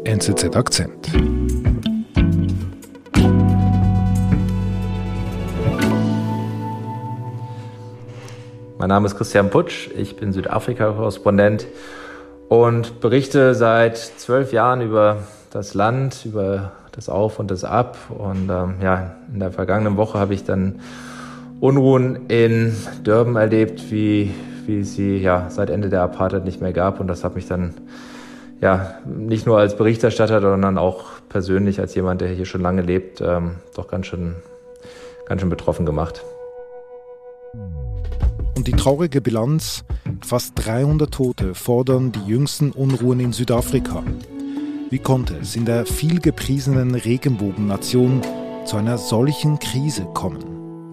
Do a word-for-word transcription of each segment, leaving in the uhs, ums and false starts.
N Z Z Akzent. Mein Name ist Christian Putsch, ich bin Südafrika-Korrespondent und berichte seit zwölf Jahren über das Land, über das Auf und das Ab. Und ähm, ja, in der vergangenen Woche habe ich dann Unruhen in Durban erlebt, wie, wie es sie ja seit Ende der Apartheid nicht mehr gab. Und das hat mich dann ja nicht nur als Berichterstatter, sondern auch persönlich als jemand, der hier schon lange lebt, ähm, doch ganz schön, ganz schön betroffen gemacht. Und die traurige Bilanz, fast dreihundert Tote fordern die jüngsten Unruhen in Südafrika. Wie konnte es in der vielgepriesenen Regenbogennation zu einer solchen Krise kommen?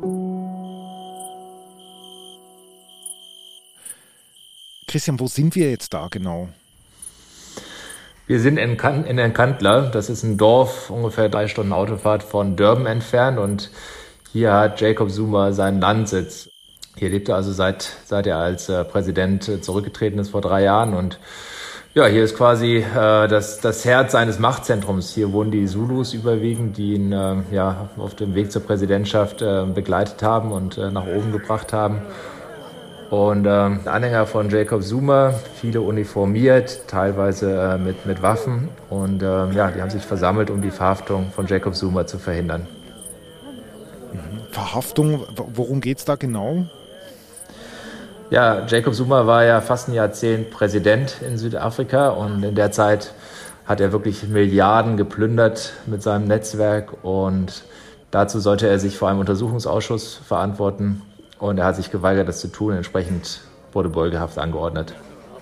Christian, wo sind wir jetzt da genau? Wir sind in, kan- in Nkandla, das ist ein Dorf ungefähr drei Stunden Autofahrt von Durban entfernt, und hier hat Jacob Zuma seinen Landsitz. Hier lebt er also seit, seit er als äh, Präsident äh, zurückgetreten ist vor drei Jahren. Und ja, hier ist quasi äh, das, das Herz seines Machtzentrums. Hier wohnen die Zulus überwiegend, die ihn äh, ja, auf dem Weg zur Präsidentschaft äh, begleitet haben und äh, nach oben gebracht haben. Und äh, Anhänger von Jacob Zuma, viele uniformiert, teilweise äh, mit, mit Waffen. Und äh, ja, die haben sich versammelt, um die Verhaftung von Jacob Zuma zu verhindern. Verhaftung, worum geht es da genau? Ja, Jacob Zuma war ja fast ein Jahrzehnt Präsident in Südafrika, und in der Zeit hat er wirklich Milliarden geplündert mit seinem Netzwerk, und dazu sollte er sich vor einem Untersuchungsausschuss verantworten, und er hat sich geweigert, das zu tun. Entsprechend wurde Beugehaft angeordnet.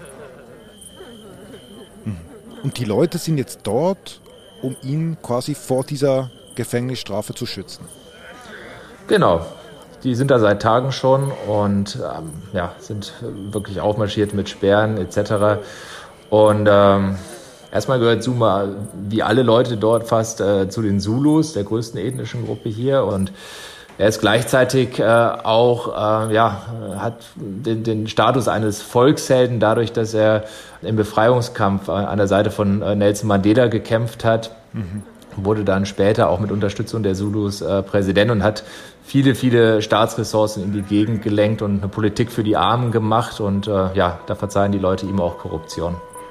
Und die Leute sind jetzt dort, um ihn quasi vor dieser Gefängnisstrafe zu schützen? Genau. Die sind da seit Tagen schon und ähm, ja, sind wirklich aufmarschiert mit Speeren et cetera. Und ähm, erstmal gehört Zuma, wie alle Leute dort fast, äh, zu den Zulus, der größten ethnischen Gruppe hier. Und er ist gleichzeitig äh, auch, äh, ja, hat den, den Status eines Volkshelden dadurch, dass er im Befreiungskampf an der Seite von äh, Nelson Mandela gekämpft hat. Mhm. Wurde dann später auch mit Unterstützung der Zulus äh, Präsident und hat viele, viele Staatsressourcen in die Gegend gelenkt und eine Politik für die Armen gemacht. Und äh, ja, da verzeihen die Leute ihm auch Korruption.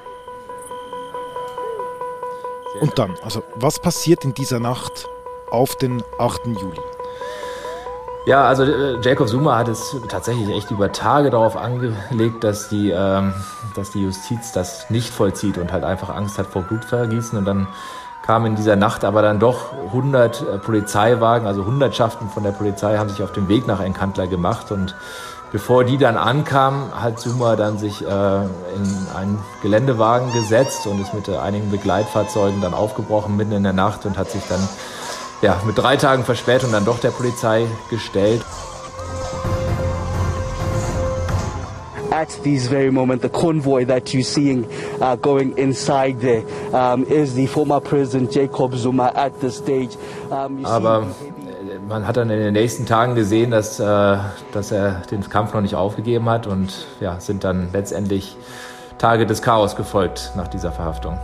Und dann, also was passiert in dieser Nacht auf den achten Juli? Ja, also äh, Jacob Zuma hat es tatsächlich echt über Tage darauf angelegt, dass die, ähm, dass die Justiz das nicht vollzieht und halt einfach Angst hat vor Blutvergießen. Und dann kamen in dieser Nacht aber dann doch hundert äh, Polizeiwagen, also Hundertschaften von der Polizei haben sich auf den Weg nach Nkandla gemacht. Und bevor die dann ankamen, hat Zuma dann sich äh, in einen Geländewagen gesetzt und ist mit äh, einigen Begleitfahrzeugen dann aufgebrochen mitten in der Nacht und hat sich dann ja, mit drei Tagen Verspätung dann doch der Polizei gestellt. At this very moment, the convoy that you're seeing uh, going inside there um, is the former President Jacob Zuma at the stage. Um, Aber man hat dann in den nächsten Tagen gesehen, dass, äh, dass er den Kampf noch nicht aufgegeben hat, und ja, sind dann letztendlich Tage des Chaos gefolgt nach dieser Verhaftung.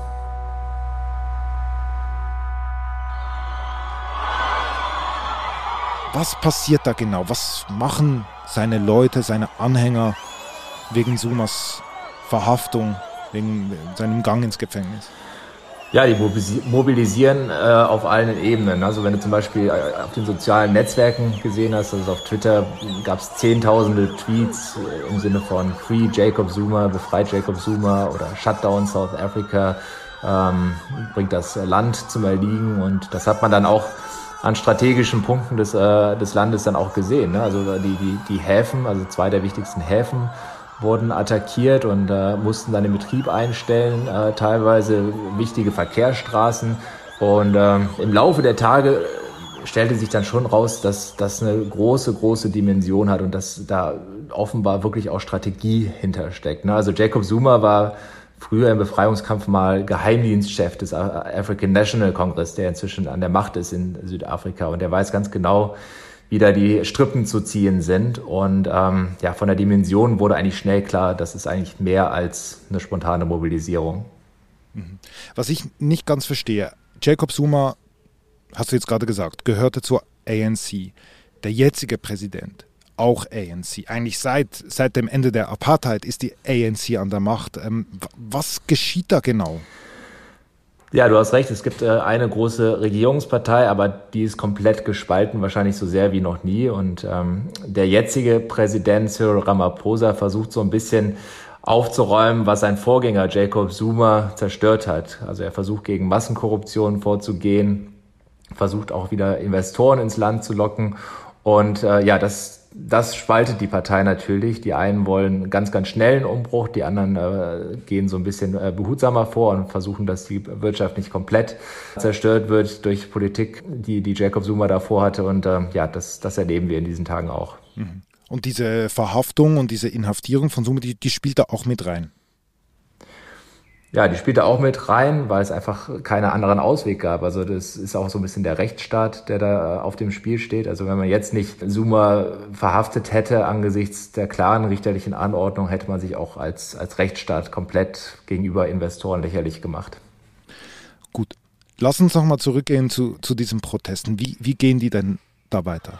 Was passiert da genau? Was machen seine Leute, seine Anhänger wegen Zumas Verhaftung, wegen seinem Gang ins Gefängnis? Ja, die mobilisieren äh, auf allen Ebenen. Also wenn du zum Beispiel auf den sozialen Netzwerken gesehen hast, also auf Twitter gab es zehntausende Tweets im Sinne von Free Jacob Zuma, befreit Jacob Zuma oder Shutdown South Africa, ähm, bringt das Land zum Erliegen. Und das hat man dann auch an strategischen Punkten des, äh, des Landes dann auch gesehen. Ne? Also die, die, die Häfen, also zwei der wichtigsten Häfen, wurden attackiert und äh, mussten dann den Betrieb einstellen, äh, teilweise wichtige Verkehrsstraßen. Und äh, im Laufe der Tage stellte sich dann schon raus, dass das eine große, große Dimension hat und dass da offenbar wirklich auch Strategie hintersteckt. Ne? Also Jacob Zuma war früher im Befreiungskampf mal Geheimdienstchef des African National Congress, der inzwischen an der Macht ist in Südafrika. Und der weiß ganz genau, wie da die Strippen zu ziehen sind. Und ähm, ja, von der Dimension wurde eigentlich schnell klar, das ist eigentlich mehr als eine spontane Mobilisierung. Was ich nicht ganz verstehe, Jacob Zuma, hast du jetzt gerade gesagt, gehörte zur A N C. Der jetzige Präsident, auch A N C. Eigentlich seit, seit dem Ende der Apartheid ist die A N C an der Macht. Ähm, was geschieht da genau? Ja, du hast recht, es gibt äh, eine große Regierungspartei, aber die ist komplett gespalten, wahrscheinlich so sehr wie noch nie. Und ähm, der jetzige Präsident Cyril Ramaphosa versucht so ein bisschen aufzuräumen, was sein Vorgänger Jacob Zuma zerstört hat. Also er versucht gegen Massenkorruption vorzugehen, versucht auch wieder Investoren ins Land zu locken. Und äh, ja, das, das spaltet die Partei natürlich. Die einen wollen ganz, ganz schnellen Umbruch, die anderen äh, gehen so ein bisschen äh, behutsamer vor und versuchen, dass die Wirtschaft nicht komplett zerstört wird durch Politik, die, die Jacob Zuma davor hatte. Und äh, ja, das, das erleben wir in diesen Tagen auch. Mhm. Und diese Verhaftung und diese Inhaftierung von Zuma, die, die spielt da auch mit rein? Ja, die spielt da auch mit rein, weil es einfach keinen anderen Ausweg gab. Also das ist auch so ein bisschen der Rechtsstaat, der da auf dem Spiel steht. Also wenn man jetzt nicht Zuma verhaftet hätte angesichts der klaren richterlichen Anordnung, hätte man sich auch als, als Rechtsstaat komplett gegenüber Investoren lächerlich gemacht. Gut, lass uns noch mal zurückgehen zu, zu diesen Protesten. Wie, wie gehen die denn da weiter?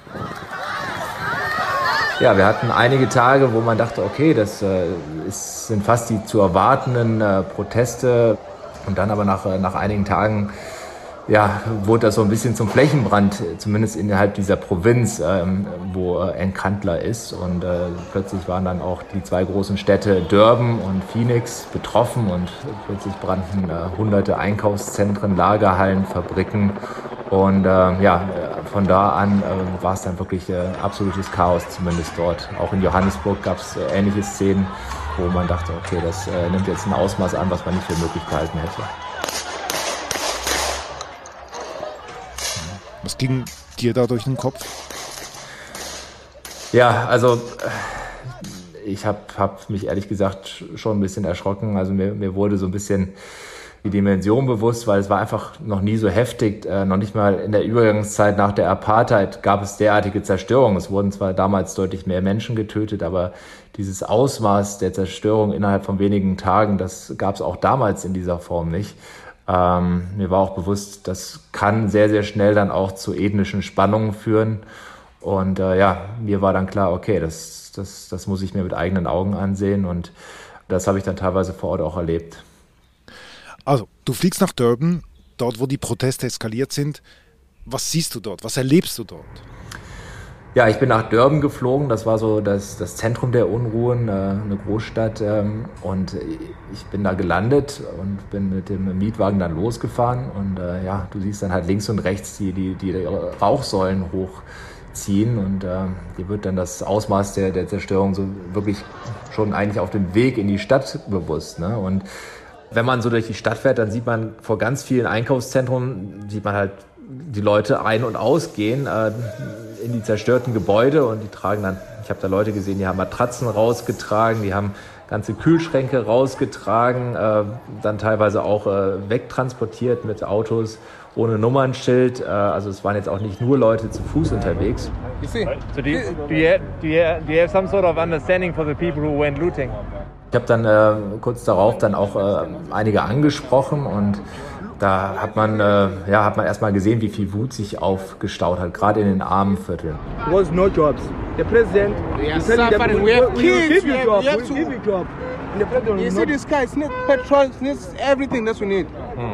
Ja, wir hatten einige Tage, wo man dachte, okay, das äh, ist, sind fast die zu erwartenden äh, Proteste. Und dann aber nach, äh, nach einigen Tagen ja, wurde das so ein bisschen zum Flächenbrand, zumindest innerhalb dieser Provinz, ähm, wo äh, Nkandla ist. Und äh, plötzlich waren dann auch die zwei großen Städte Durban und Phoenix betroffen. Und plötzlich brannten äh, hunderte Einkaufszentren, Lagerhallen, Fabriken. Und äh, ja, von da an äh, war es dann wirklich äh, absolutes Chaos, zumindest dort. Auch in Johannesburg gab es äh, ähnliche Szenen, wo man dachte, okay, das äh, nimmt jetzt ein Ausmaß an, was man nicht für möglich gehalten hätte. Was ging dir da durch den Kopf? Ja, also ich habe hab mich ehrlich gesagt schon ein bisschen erschrocken. Also mir, mir wurde so ein bisschen die Dimension bewusst, weil es war einfach noch nie so heftig. Äh, noch nicht mal in der Übergangszeit nach der Apartheid gab es derartige Zerstörung. Es wurden zwar damals deutlich mehr Menschen getötet, aber dieses Ausmaß der Zerstörung innerhalb von wenigen Tagen, das gab es auch damals in dieser Form nicht. Ähm, mir war auch bewusst, das kann sehr, sehr schnell dann auch zu ethnischen Spannungen führen. Und äh, ja, mir war dann klar, okay, das, das, das muss ich mir mit eigenen Augen ansehen. Und das habe ich dann teilweise vor Ort auch erlebt. Also, du fliegst nach Durban, dort, wo die Proteste eskaliert sind. Was siehst du dort? Was erlebst du dort? Ja, ich bin nach Durban geflogen. Das war so das, das Zentrum der Unruhen, äh, eine Großstadt. Ähm, und ich bin da gelandet und bin mit dem Mietwagen dann losgefahren. Und äh, ja, du siehst dann halt links und rechts die, die, die Rauchsäulen hochziehen. Und äh, dir wird dann das Ausmaß der, der Zerstörung so wirklich schon eigentlich auf dem Weg in die Stadt bewusst, ne? Und wenn man so durch die Stadt fährt, dann sieht man vor ganz vielen Einkaufszentren, sieht man halt die Leute ein- und ausgehen äh, in die zerstörten Gebäude und die tragen dann, ich habe da Leute gesehen, die haben Matratzen rausgetragen, die haben ganze Kühlschränke rausgetragen, äh, dann teilweise auch äh, wegtransportiert mit Autos ohne Nummernschild. Äh, also es waren jetzt auch nicht nur Leute zu Fuß unterwegs. You see, so do you, do you, do you, do you have some sort of understanding for the people who went looting? Ich habe dann äh, kurz darauf dann auch äh, einige angesprochen und da hat man, äh, ja, hat man erstmal gesehen, wie viel Wut sich aufgestaut hat, gerade in den armen Vierteln. There was no jobs. The president, we are suffering. We have kids. We have, we have to. job. And the president You see, this guy needs petrol, needs everything that we need.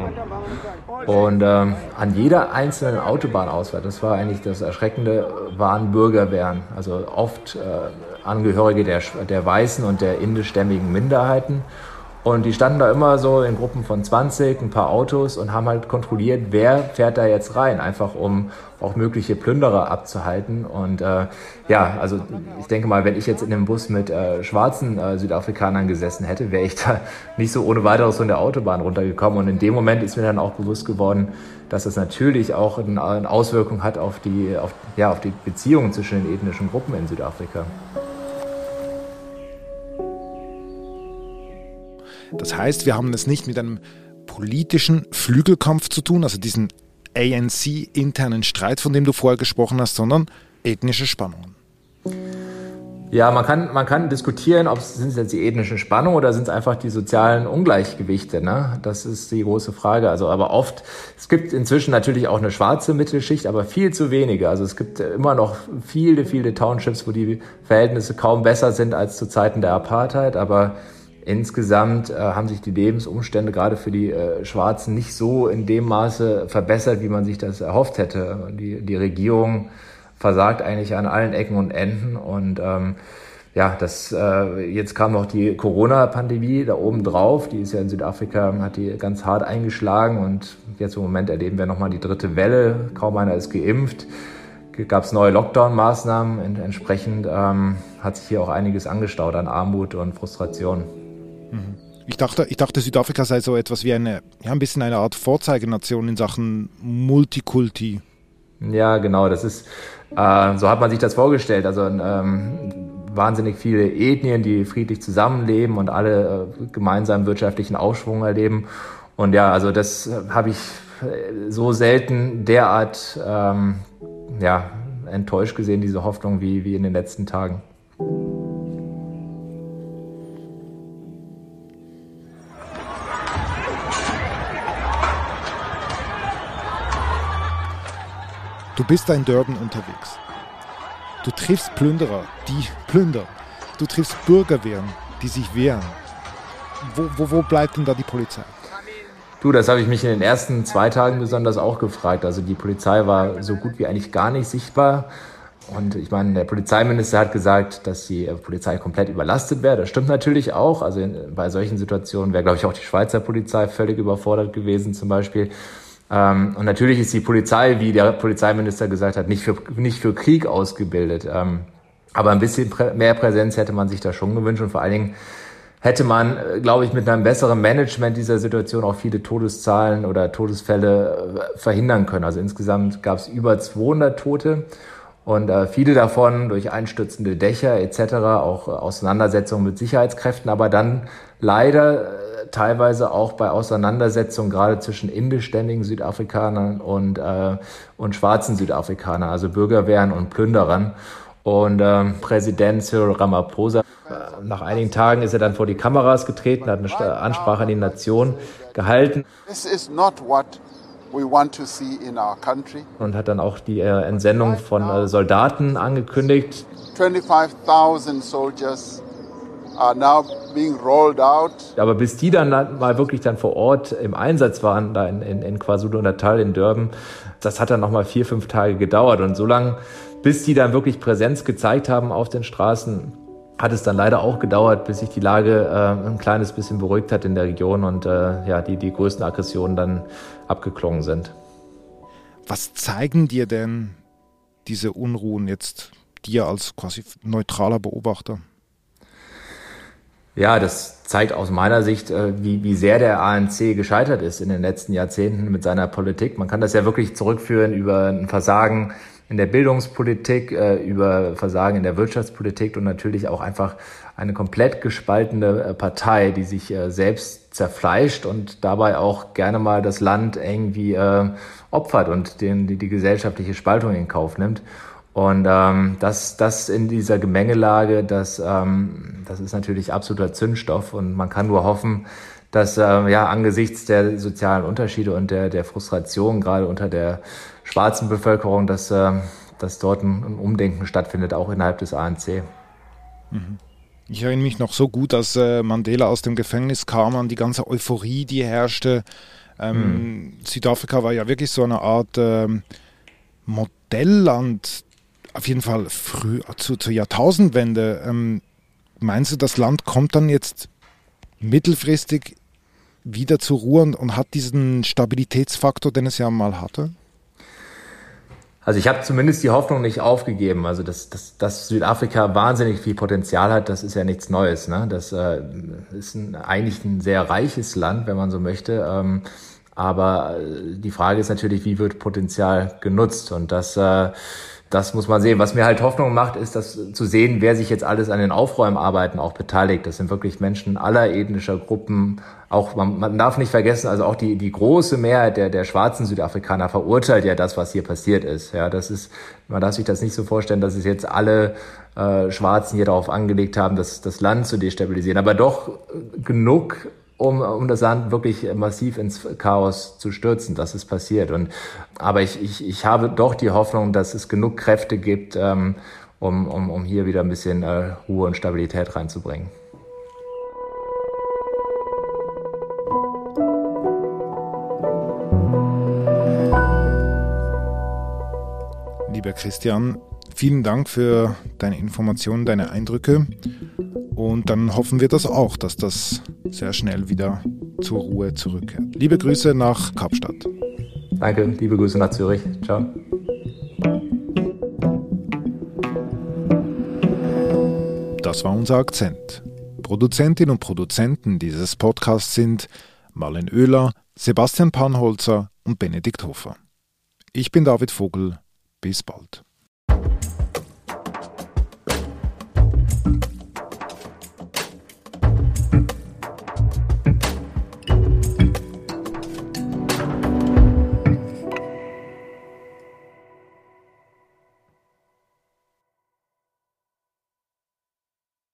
Und ähm, an jeder einzelnen Autobahnausfahrt, das war eigentlich das Erschreckende, waren Bürgerwehren. Also oft äh, Angehörige der, der weißen und der indischstämmigen Minderheiten. Und die standen da immer so in Gruppen von zwanzig, ein paar Autos und haben halt kontrolliert, wer fährt da jetzt rein, einfach um auch mögliche Plünderer abzuhalten. Und äh, ja, also ich denke mal, wenn ich jetzt in einem Bus mit äh, schwarzen äh, Südafrikanern gesessen hätte, wäre ich da nicht so ohne weiteres von der Autobahn runtergekommen. Und in dem Moment ist mir dann auch bewusst geworden, dass das natürlich auch eine Auswirkung hat auf die, auf, ja, auf die Beziehungen zwischen den ethnischen Gruppen in Südafrika. Das heißt, wir haben es nicht mit einem politischen Flügelkampf zu tun, also diesen A N C-internen Streit, von dem du vorher gesprochen hast, sondern ethnische Spannungen. Ja, man kann, man kann diskutieren, ob es, sind es jetzt die ethnischen Spannungen oder sind es einfach die sozialen Ungleichgewichte, ne? Das ist die große Frage. Also, aber oft, es gibt inzwischen natürlich auch eine schwarze Mittelschicht, aber viel zu wenige. Also es gibt immer noch viele, viele Townships, wo die Verhältnisse kaum besser sind als zu Zeiten der Apartheid, aber insgesamt äh, haben sich die Lebensumstände gerade für die äh, Schwarzen nicht so in dem Maße verbessert, wie man sich das erhofft hätte. Die, die Regierung versagt eigentlich an allen Ecken und Enden und ähm, ja, das äh, jetzt kam noch die Corona-Pandemie da oben drauf, die ist ja in Südafrika, hat die ganz hart eingeschlagen und jetzt im Moment erleben wir nochmal die dritte Welle, kaum einer ist geimpft, gab es neue Lockdown-Maßnahmen, Ent- entsprechend ähm, hat sich hier auch einiges angestaut an Armut und Frustration. Ich dachte, ich dachte, Südafrika sei so etwas wie eine, ja, ein bisschen eine Art Vorzeigenation in Sachen Multikulti. Ja, genau, das ist, äh, so hat man sich das vorgestellt. Also ähm, wahnsinnig viele Ethnien, die friedlich zusammenleben und alle äh, gemeinsam wirtschaftlichen Aufschwung erleben. Und ja, also das äh, habe ich so selten derart ähm, ja, enttäuscht gesehen, diese Hoffnung, wie, wie in den letzten Tagen. Du bist da in Durban unterwegs. Du triffst Plünderer, die plündern. Du triffst Bürgerwehren, die sich wehren. Wo, wo, wo bleibt denn da die Polizei? Du, das habe ich mich in den ersten zwei Tagen besonders auch gefragt. Also die Polizei war so gut wie eigentlich gar nicht sichtbar. Und ich meine, der Polizeiminister hat gesagt, dass die Polizei komplett überlastet wäre. Das stimmt natürlich auch. Also in, bei solchen Situationen wäre, glaube ich, auch die Schweizer Polizei völlig überfordert gewesen zum Beispiel. Ähm, und natürlich ist die Polizei, wie der Polizeiminister gesagt hat, nicht für, nicht für Krieg ausgebildet. Ähm, aber ein bisschen prä- mehr Präsenz hätte man sich da schon gewünscht. Und vor allen Dingen hätte man, glaube ich, mit einem besseren Management dieser Situation auch viele Todeszahlen oder Todesfälle äh, verhindern können. Also insgesamt gab es über zweihundert Tote. Und äh, viele davon durch einstürzende Dächer et cetera, auch äh, Auseinandersetzungen mit Sicherheitskräften, aber dann leider äh, teilweise auch bei Auseinandersetzungen gerade zwischen indischstämmigen Südafrikanern und, äh, und schwarzen Südafrikanern, also Bürgerwehren und Plünderern. Und äh, Präsident Cyril Ramaphosa, äh, nach einigen Tagen ist er dann vor die Kameras getreten, hat eine Ansprache an die Nation gehalten. This is not what we want to see in our country. Und hat dann auch die äh, Entsendung von äh, Soldaten angekündigt. twenty-five thousand soldiers are now being rolled out. Aber bis die dann mal wirklich dann vor Ort im Einsatz waren, da in, in, in KwaZulu-Natal, in Durban, das hat dann nochmal vier, fünf Tage gedauert. Und so lange, bis die dann wirklich Präsenz gezeigt haben auf den Straßen, hat es dann leider auch gedauert, bis sich die Lage äh, ein kleines bisschen beruhigt hat in der Region und äh, ja, die, die größten Aggressionen dann abgeklungen sind. Was zeigen dir denn diese Unruhen jetzt, dir als quasi neutraler Beobachter? Ja, das zeigt aus meiner Sicht, äh, wie, wie sehr der A N C gescheitert ist in den letzten Jahrzehnten mit seiner Politik. Man kann das ja wirklich zurückführen über ein Versagen in der Bildungspolitik, äh, über Versagen in der Wirtschaftspolitik und natürlich auch einfach eine komplett gespaltene äh, Partei, die sich äh, selbst zerfleischt und dabei auch gerne mal das Land irgendwie äh, opfert und den, die, die gesellschaftliche Spaltung in Kauf nimmt. Und ähm, das, das in dieser Gemengelage, das, ähm, das ist natürlich absoluter Zündstoff und man kann nur hoffen, dass äh, ja angesichts der sozialen Unterschiede und der, der Frustration gerade unter der schwarzen Bevölkerung, dass, äh, dass dort ein, ein Umdenken stattfindet, auch innerhalb des A N C. Ich erinnere mich noch so gut, als äh, Mandela aus dem Gefängnis kam, an die ganze Euphorie, die herrschte. Ähm, hm. Südafrika war ja wirklich so eine Art ähm, Modellland, auf jeden Fall früh, zu, zur Jahrtausendwende. Ähm, meinst du, das Land kommt dann jetzt mittelfristig wieder zur Ruhe und, und hat diesen Stabilitätsfaktor, den es ja mal hatte? Also ich habe zumindest die Hoffnung nicht aufgegeben. Also dass, dass, dass Südafrika wahnsinnig viel Potenzial hat, das ist ja nichts Neues. Ne? Das äh, ist ein, eigentlich ein sehr reiches Land, wenn man so möchte. Ähm, aber die Frage ist natürlich, wie wird Potenzial genutzt? Und das äh, Das muss man sehen. Was mir halt Hoffnung macht, ist, das zu sehen, wer sich jetzt alles an den Aufräumarbeiten auch beteiligt. Das sind wirklich Menschen aller ethnischer Gruppen. Auch man, man darf nicht vergessen, also auch die die große Mehrheit der der schwarzen Südafrikaner verurteilt ja das, was hier passiert ist. Ja, das ist, man darf sich das nicht so vorstellen, dass es jetzt alle äh, Schwarzen hier darauf angelegt haben, das, das Land zu destabilisieren, aber doch genug, um, um das Land wirklich massiv ins Chaos zu stürzen. Das ist passiert. Und, aber ich, ich, ich habe doch die Hoffnung, dass es genug Kräfte gibt, ähm, um, um, um hier wieder ein bisschen äh, Ruhe und Stabilität reinzubringen. Lieber Christian, vielen Dank für deine Informationen, deine Eindrücke. Und dann hoffen wir das auch, dass das sehr schnell wieder zur Ruhe zurückkehrt. Liebe Grüße nach Kapstadt. Danke, liebe Grüße nach Zürich. Ciao. Das war unser Akzent. Produzentinnen und Produzenten dieses Podcasts sind Marlen Oehler, Sebastian Panholzer und Benedikt Hofer. Ich bin David Vogel. Bis bald.